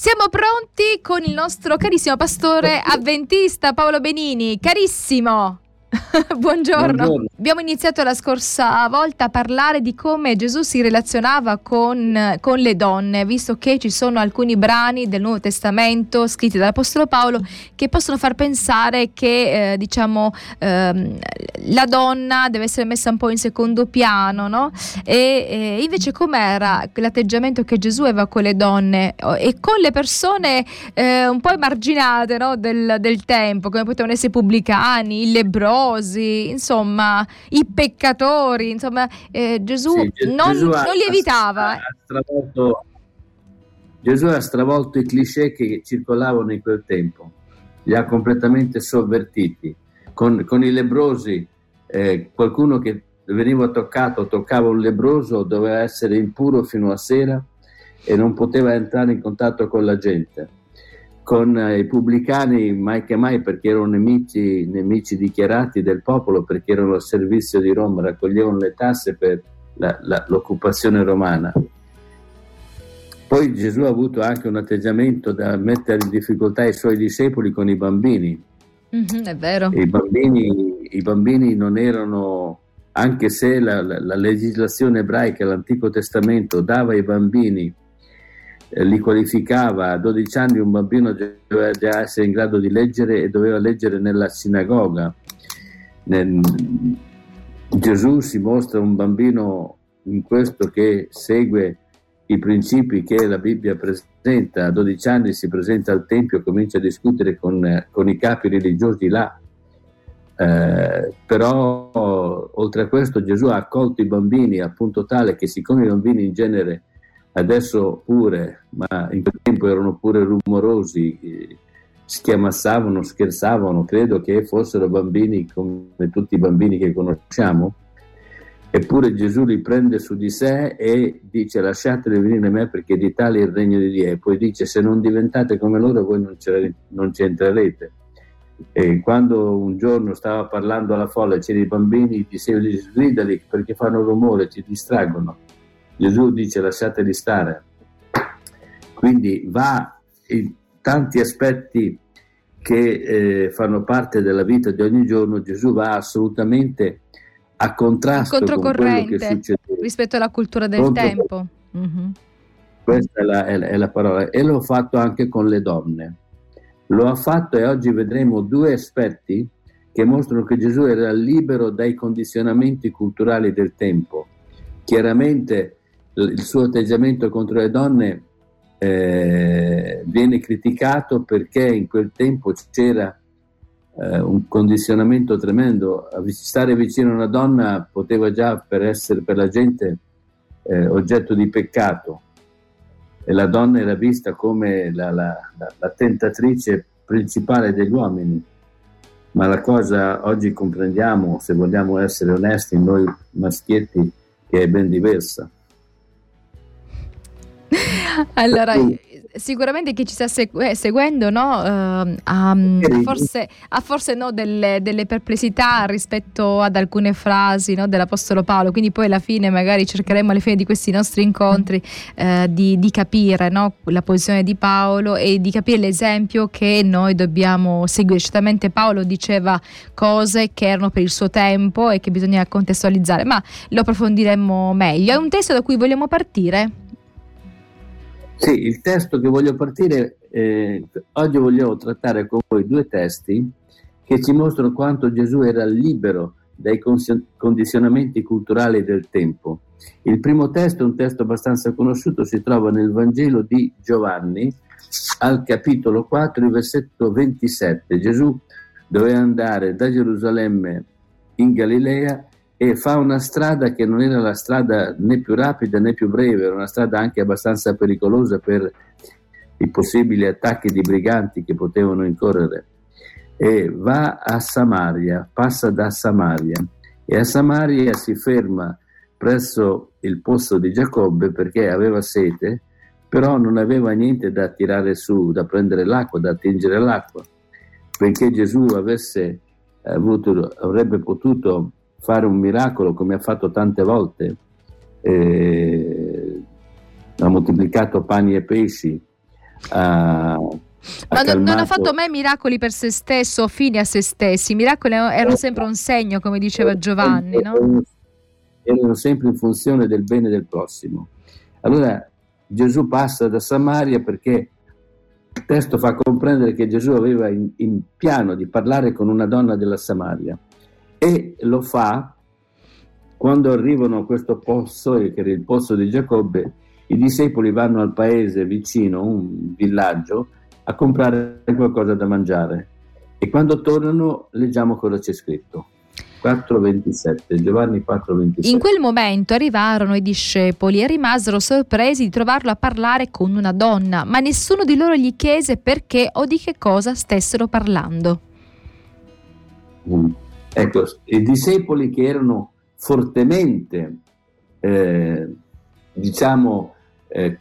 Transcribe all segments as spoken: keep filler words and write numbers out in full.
Siamo pronti con il nostro carissimo pastore avventista Paolo Benini. Carissimo! Buongiorno. Buongiorno. Abbiamo iniziato la scorsa volta a parlare di come Gesù si relazionava con, con le donne, visto che ci sono alcuni brani del Nuovo Testamento scritti dall'Apostolo Paolo che possono far pensare che eh, diciamo ehm, la donna deve essere messa un po' in secondo piano, no? E, e invece com'era l'atteggiamento che Gesù aveva con le donne e con le persone eh, un po' emarginate, no? del, del tempo, come potevano essere i pubblicani, i lebbrosi, insomma i peccatori, insomma eh, Gesù, sì, non, Gesù ha, non li evitava. Ha stravolto, Gesù ha stravolto i cliché che circolavano in quel tempo, li ha completamente sovvertiti. Con, con i lebbrosi, eh, qualcuno che veniva toccato, toccava un lebbroso, doveva essere impuro fino a sera e non poteva entrare in contatto con la gente. Con eh, i pubblicani mai che mai, perché erano nemici, nemici dichiarati del popolo, perché erano al servizio di Roma, raccoglievano le tasse per la, la, l'occupazione romana. Poi Gesù ha avuto anche un atteggiamento da mettere in difficoltà i suoi discepoli con i bambini. Mm-hmm, è vero. I bambini, i bambini non erano, anche se la, la, la legislazione ebraica, l'Antico Testamento dava ai bambini, li qualificava. A dodici anni un bambino doveva già essere in grado di leggere e doveva leggere nella sinagoga. Nel, Gesù si mostra un bambino in questo che segue i principi che la Bibbia presenta. A dodici anni si presenta al Tempio e comincia a discutere con, con i capi religiosi là. Eh, però oltre a questo Gesù ha accolto i bambini a punto tale che, siccome i bambini in genere adesso pure, ma in quel tempo erano pure rumorosi, eh, schiamazzavano, scherzavano, credo che fossero bambini come tutti i bambini che conosciamo, eppure Gesù li prende su di sé e dice: lasciateli venire a me, perché di tale è il regno di Dio. E poi dice: se non diventate come loro, voi non, non ci entrerete. E quando un giorno stava parlando alla folla, c'erano i bambini, diceva: sgridali perché fanno rumore, ci distraggono. Gesù dice: lasciateli stare. Quindi va in tanti aspetti che eh, fanno parte della vita di ogni giorno. Gesù va assolutamente a contrasto con quello che succede rispetto alla cultura del Pronto? tempo. Mm-hmm. Questa è la, è, la, è la parola. E l'ho fatto anche con le donne. Lo ha fatto, e oggi vedremo due aspetti che mostrano che Gesù era libero dai condizionamenti culturali del tempo. Chiaramente il suo atteggiamento contro le donne eh, viene criticato perché in quel tempo c'era eh, un condizionamento tremendo. Stare vicino a una donna poteva già per essere per la gente eh, oggetto di peccato, e la donna era vista come la, la, la, la tentatrice principale degli uomini. Ma la cosa oggi comprendiamo, se vogliamo essere onesti, noi maschietti, che è ben diversa. Allora, sicuramente chi ci sta segu- seguendo, no, uh, ha, ha forse, ha forse no, delle, delle perplessità rispetto ad alcune frasi, no, dell'Apostolo Paolo, quindi poi alla fine magari cercheremo alla fine di questi nostri incontri uh, di, di capire, no, la posizione di Paolo e di capire l'esempio che noi dobbiamo seguire. Certamente Paolo diceva cose che erano per il suo tempo e che bisogna contestualizzare, ma lo approfondiremo meglio. È un testo da cui vogliamo partire? Sì, il testo che voglio partire, eh, oggi voglio trattare con voi due testi che ci mostrano quanto Gesù era libero dai condizionamenti culturali del tempo. Il primo testo è un testo abbastanza conosciuto, si trova nel Vangelo di Giovanni, al capitolo quattro, il versetto ventisette. Gesù doveva andare da Gerusalemme in Galilea e fa una strada che non era la strada né più rapida né più breve, era una strada anche abbastanza pericolosa per i possibili attacchi di briganti che potevano incorrere, e va a Samaria, passa da Samaria, e a Samaria si ferma presso il pozzo di Giacobbe perché aveva sete, però non aveva niente da tirare su, da prendere l'acqua, da attingere l'acqua. Benché Gesù avesse avuto, avrebbe potuto fare un miracolo come ha fatto tante volte, eh, ha moltiplicato pani e pesci, a, Ma non, non ha fatto mai miracoli per se stesso, fine a se stessi. I miracoli erano sempre un segno, come diceva Giovanni, no? Erano sempre in funzione del bene del prossimo. Allora Gesù passa da Samaria perché il testo fa comprendere che Gesù aveva in, in piano di parlare con una donna della Samaria, e lo fa quando arrivano a questo posto, che era il posto di Giacobbe. I discepoli vanno al paese vicino, un villaggio, a comprare qualcosa da mangiare, e quando tornano leggiamo cosa c'è scritto. quattro ventisette, Giovanni quattro ventisette. In quel momento arrivarono i discepoli e rimasero sorpresi di trovarlo a parlare con una donna, ma nessuno di loro gli chiese perché o di che cosa stessero parlando. Mm. Ecco, i discepoli che erano fortemente eh, diciamo eh,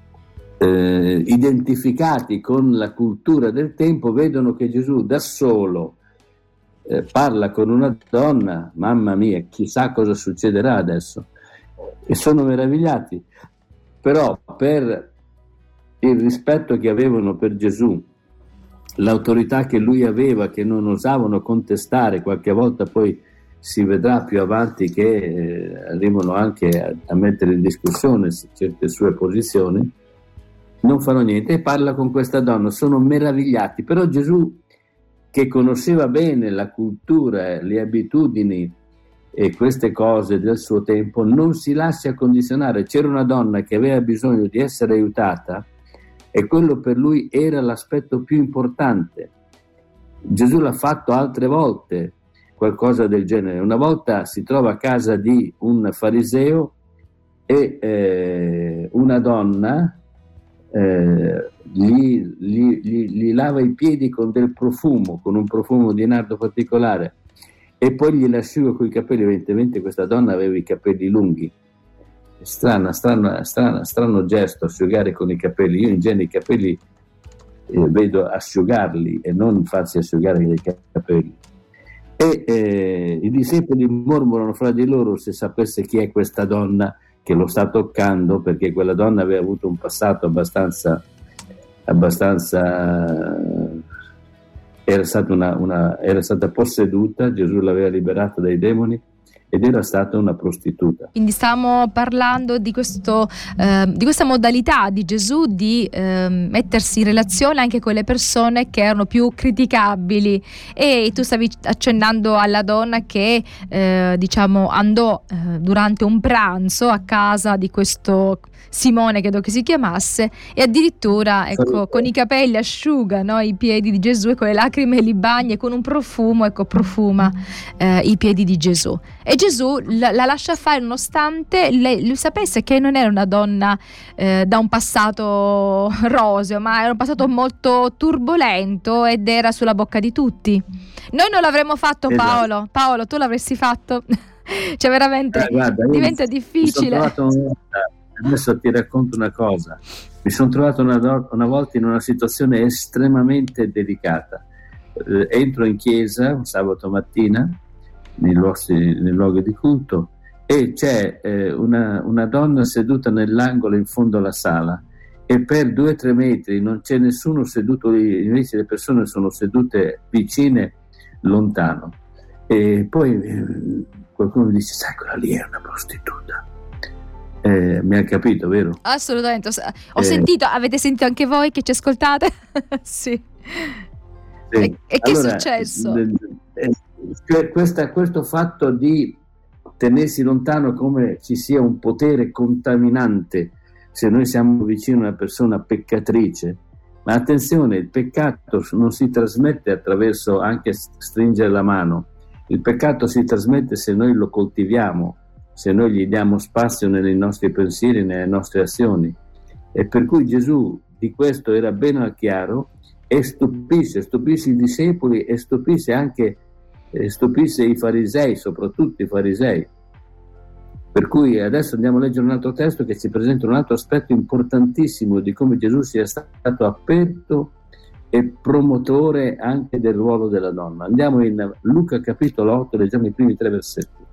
eh, identificati con la cultura del tempo, vedono che Gesù da solo eh, parla con una donna. Mamma mia, chissà cosa succederà adesso, e sono meravigliati. Però per il rispetto che avevano per Gesù, l'autorità che lui aveva, che non osavano contestare, qualche volta poi si vedrà più avanti che eh, arrivano anche a, a mettere in discussione certe sue posizioni, non fanno niente, e parla con questa donna. Sono meravigliati. Però Gesù, che conosceva bene la cultura, le abitudini e queste cose del suo tempo, non si lascia condizionare. C'era una donna che aveva bisogno di essere aiutata, e quello per lui era l'aspetto più importante. Gesù l'ha fatto altre volte, qualcosa del genere. Una volta si trova a casa di un fariseo e eh, una donna eh, gli, gli, gli, gli lava i piedi con del profumo, con un profumo di nardo particolare, e poi glieli asciuga coi capelli. Evidentemente questa donna aveva i capelli lunghi. Strana, strana, strana, strano gesto, asciugare con i capelli. Io in genere i capelli eh, vedo asciugarli e non farsi asciugare i capelli. E eh, i discepoli mormorano fra di loro se sapesse chi è questa donna che lo sta toccando, perché quella donna aveva avuto un passato abbastanza abbastanza era stata una, una era stata posseduta. Gesù l'aveva liberata dai demoni ed era stata una prostituta. Quindi stavamo parlando di questo eh, di questa modalità di Gesù di eh, mettersi in relazione anche con le persone che erano più criticabili, e tu stavi accennando alla donna che eh, diciamo andò eh, durante un pranzo a casa di questo Simone, credo che si chiamasse, e addirittura ecco con i capelli asciuga, no, i piedi di Gesù, e con le lacrime li bagna, e con un profumo ecco profuma eh, i piedi di Gesù. E Gesù la, la lascia fare nonostante lei, lui sapesse che non era una donna eh, da un passato roseo, ma era un passato molto turbolento ed era sulla bocca di tutti. Noi non l'avremmo fatto, esatto. Paolo Paolo, tu l'avresti fatto? Cioè veramente eh, guarda, diventa difficile. Adesso ti racconto una cosa. Mi sono trovato una, una volta in una situazione estremamente delicata. Eh, entro in chiesa un sabato mattina nei luoghi, nei luoghi di culto, e c'è eh, una, una donna seduta nell'angolo in fondo alla sala, e per due o tre metri non c'è nessuno seduto lì, invece le persone sono sedute vicine, lontano. E poi eh, qualcuno mi dice: sai, quella lì è una prostituta. Eh, mi ha capito, vero? Assolutamente. Ho eh, sentito, avete sentito anche voi che ci ascoltate? Sì. sì. E, e che allora, è successo? Eh, questa, questo fatto di tenersi lontano, come ci sia un potere contaminante se noi siamo vicino a una persona peccatrice. Ma attenzione, il peccato non si trasmette attraverso anche stringere la mano. Il peccato si trasmette se noi lo coltiviamo, se noi gli diamo spazio nei nostri pensieri, nelle nostre azioni. E per cui Gesù di questo era ben chiaro, e stupisce, stupisce i discepoli, e stupisce anche eh, stupisce i farisei, soprattutto i farisei. Per cui adesso andiamo a leggere un altro testo che ci presenta un altro aspetto importantissimo di come Gesù sia stato aperto e promotore anche del ruolo della donna. Andiamo in Luca capitolo otto, leggiamo i primi tre versetti.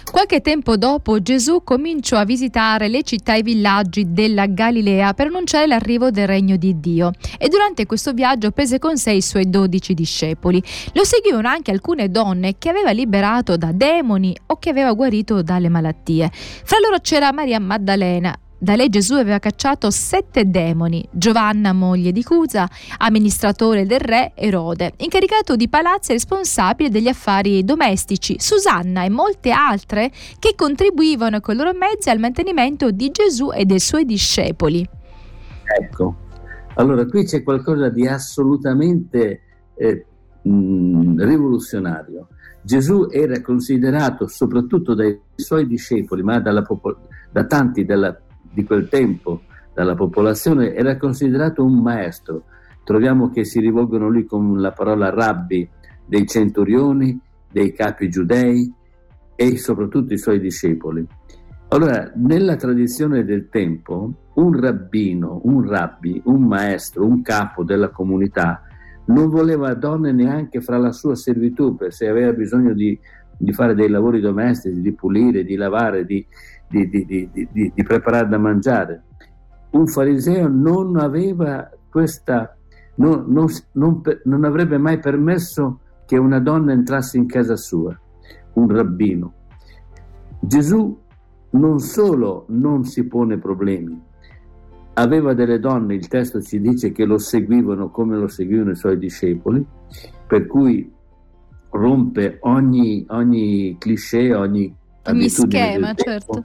Qualche tempo dopo Gesù cominciò a visitare le città e i villaggi della Galilea per annunciare l'arrivo del regno di Dio, e durante questo viaggio prese con sé i suoi dodici discepoli. Lo seguivano anche alcune donne che aveva liberato da demoni o che aveva guarito dalle malattie. Fra loro c'era Maria Maddalena. Da lei Gesù aveva cacciato sette demoni. Giovanna, moglie di Cusa, amministratore del re Erode, incaricato di palazzi e responsabile degli affari domestici, Susanna e molte altre che contribuivano con i loro mezzi al mantenimento di Gesù e dei suoi discepoli. Ecco, allora qui c'è qualcosa di assolutamente eh, mh, rivoluzionario. Gesù era considerato soprattutto dai suoi discepoli, ma dalla popol- da tanti della di quel tempo, dalla popolazione, era considerato un maestro. Troviamo che si rivolgono a lui con la parola rabbi dei centurioni, dei capi giudei e soprattutto i suoi discepoli. Allora, nella tradizione del tempo, un rabbino, un rabbi, un maestro, un capo della comunità non voleva donne neanche fra la sua servitù, per se aveva bisogno di, di fare dei lavori domestici, di pulire, di lavare, di Di, di, di, di, di preparare da mangiare. Un fariseo non aveva questa, non, non, non, non avrebbe mai permesso che una donna entrasse in casa sua, un rabbino. Gesù non solo non si pone problemi, aveva delle donne, il testo ci dice che lo seguivano come lo seguivano i suoi discepoli, per cui rompe ogni, ogni cliché, ogni ogni schema, certo.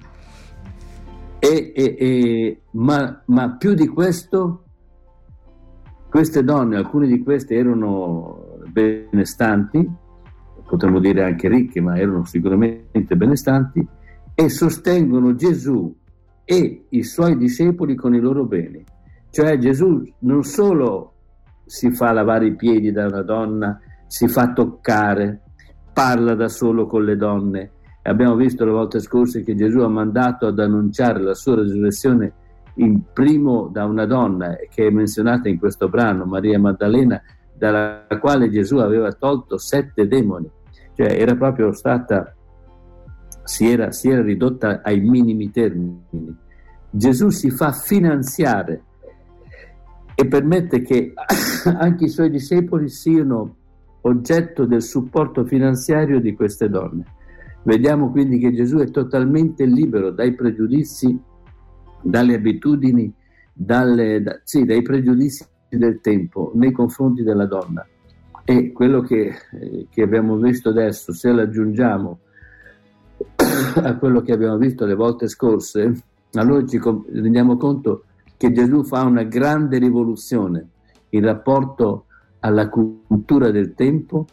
E, e, e, ma, ma più di questo, queste donne, alcune di queste erano benestanti, potremmo dire anche ricche, ma erano sicuramente benestanti, e sostengono Gesù e i suoi discepoli con i loro beni. Cioè Gesù non solo si fa lavare i piedi da una donna, si fa toccare, parla da solo con le donne. Abbiamo visto le volte scorse che Gesù ha mandato ad annunciare la sua resurrezione in primo da una donna che è menzionata in questo brano, Maria Maddalena, dalla quale Gesù aveva tolto sette demoni. Cioè era proprio stata, si era, si era ridotta ai minimi termini. Gesù si fa finanziare e permette che anche i suoi discepoli siano oggetto del supporto finanziario di queste donne. Vediamo quindi che Gesù è totalmente libero dai pregiudizi, dalle abitudini, dalle, da, sì, dai pregiudizi del tempo nei confronti della donna. E quello che, eh, che abbiamo visto adesso, se lo aggiungiamo a quello che abbiamo visto le volte scorse, allora ci rendiamo conto che Gesù fa una grande rivoluzione in rapporto alla cultura del tempo.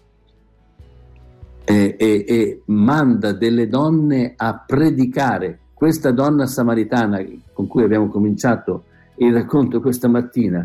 E, e, e manda delle donne a predicare. Questa donna samaritana con cui abbiamo cominciato il racconto questa mattina,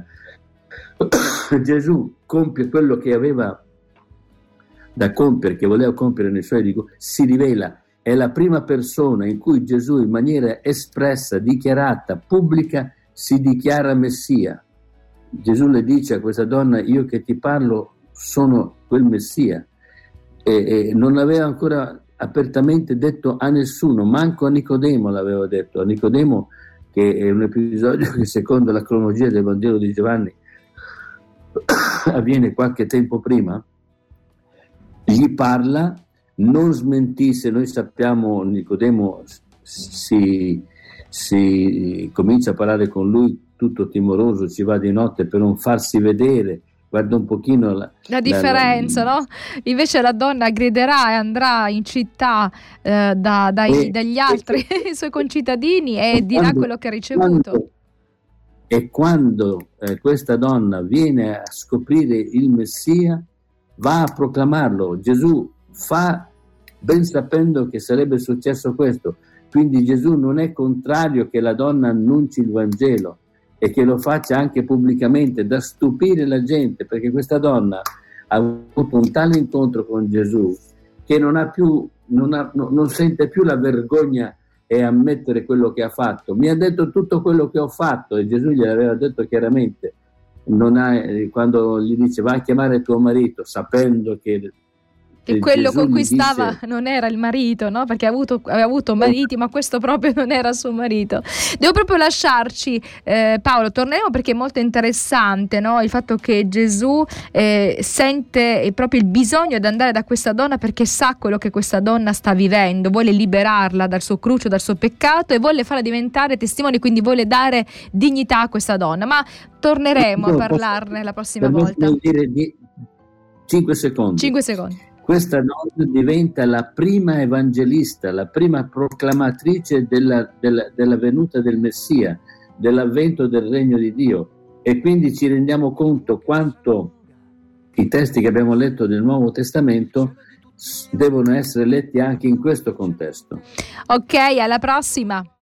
Gesù compie quello che aveva da compiere, che voleva compiere nei suoi discepoli, si rivela, è la prima persona in cui Gesù in maniera espressa, dichiarata, pubblica, si dichiara Messia. Gesù le dice a questa donna: io che ti parlo sono quel Messia. E non l'aveva ancora apertamente detto a nessuno, manco a Nicodemo l'aveva detto. A Nicodemo, che è un episodio che secondo la cronologia del Vangelo di Giovanni avviene qualche tempo prima, gli parla, non smentisse. Noi sappiamo, Nicodemo si, si comincia a parlare con lui tutto timoroso, ci va di notte per non farsi vedere. Guarda un pochino la, la differenza, la, la... no? Invece la donna griderà e andrà in città eh, da, dai, e, dagli altri e, suoi concittadini e, e dirà quando, quello che ha ricevuto. Quando, e quando eh, questa donna viene a scoprire il Messia, va a proclamarlo. Gesù fa ben sapendo che sarebbe successo questo. Quindi Gesù non è contrario che la donna annunci il Vangelo e che lo faccia anche pubblicamente, da stupire la gente, perché questa donna ha avuto un tale incontro con Gesù che non ha più, non, ha, no, non sente più la vergogna e ammettere quello che ha fatto. Mi ha detto tutto quello che ho fatto, e Gesù gliel'aveva detto chiaramente. Non ha, quando gli dice vai a chiamare tuo marito, sapendo che che quello Gesù con cui stava disse... non era il marito, no? Perché aveva avuto, aveva avuto mariti, ma questo proprio non era suo marito. Devo proprio lasciarci, eh, Paolo, torneremo perché è molto interessante, no? Il fatto che Gesù eh, sente proprio il bisogno di andare da questa donna perché sa quello che questa donna sta vivendo, vuole liberarla dal suo cruccio, dal suo peccato e vuole farla diventare testimone, quindi vuole dare dignità a questa donna. Ma torneremo a parlarne la prossima volta. Dire di cinque secondi. cinque secondi. Questa donna diventa la prima evangelista, la prima proclamatrice della, della, della venuta del Messia, dell'avvento del regno di Dio, e quindi ci rendiamo conto quanto i testi che abbiamo letto del Nuovo Testamento devono essere letti anche in questo contesto. Ok, alla prossima.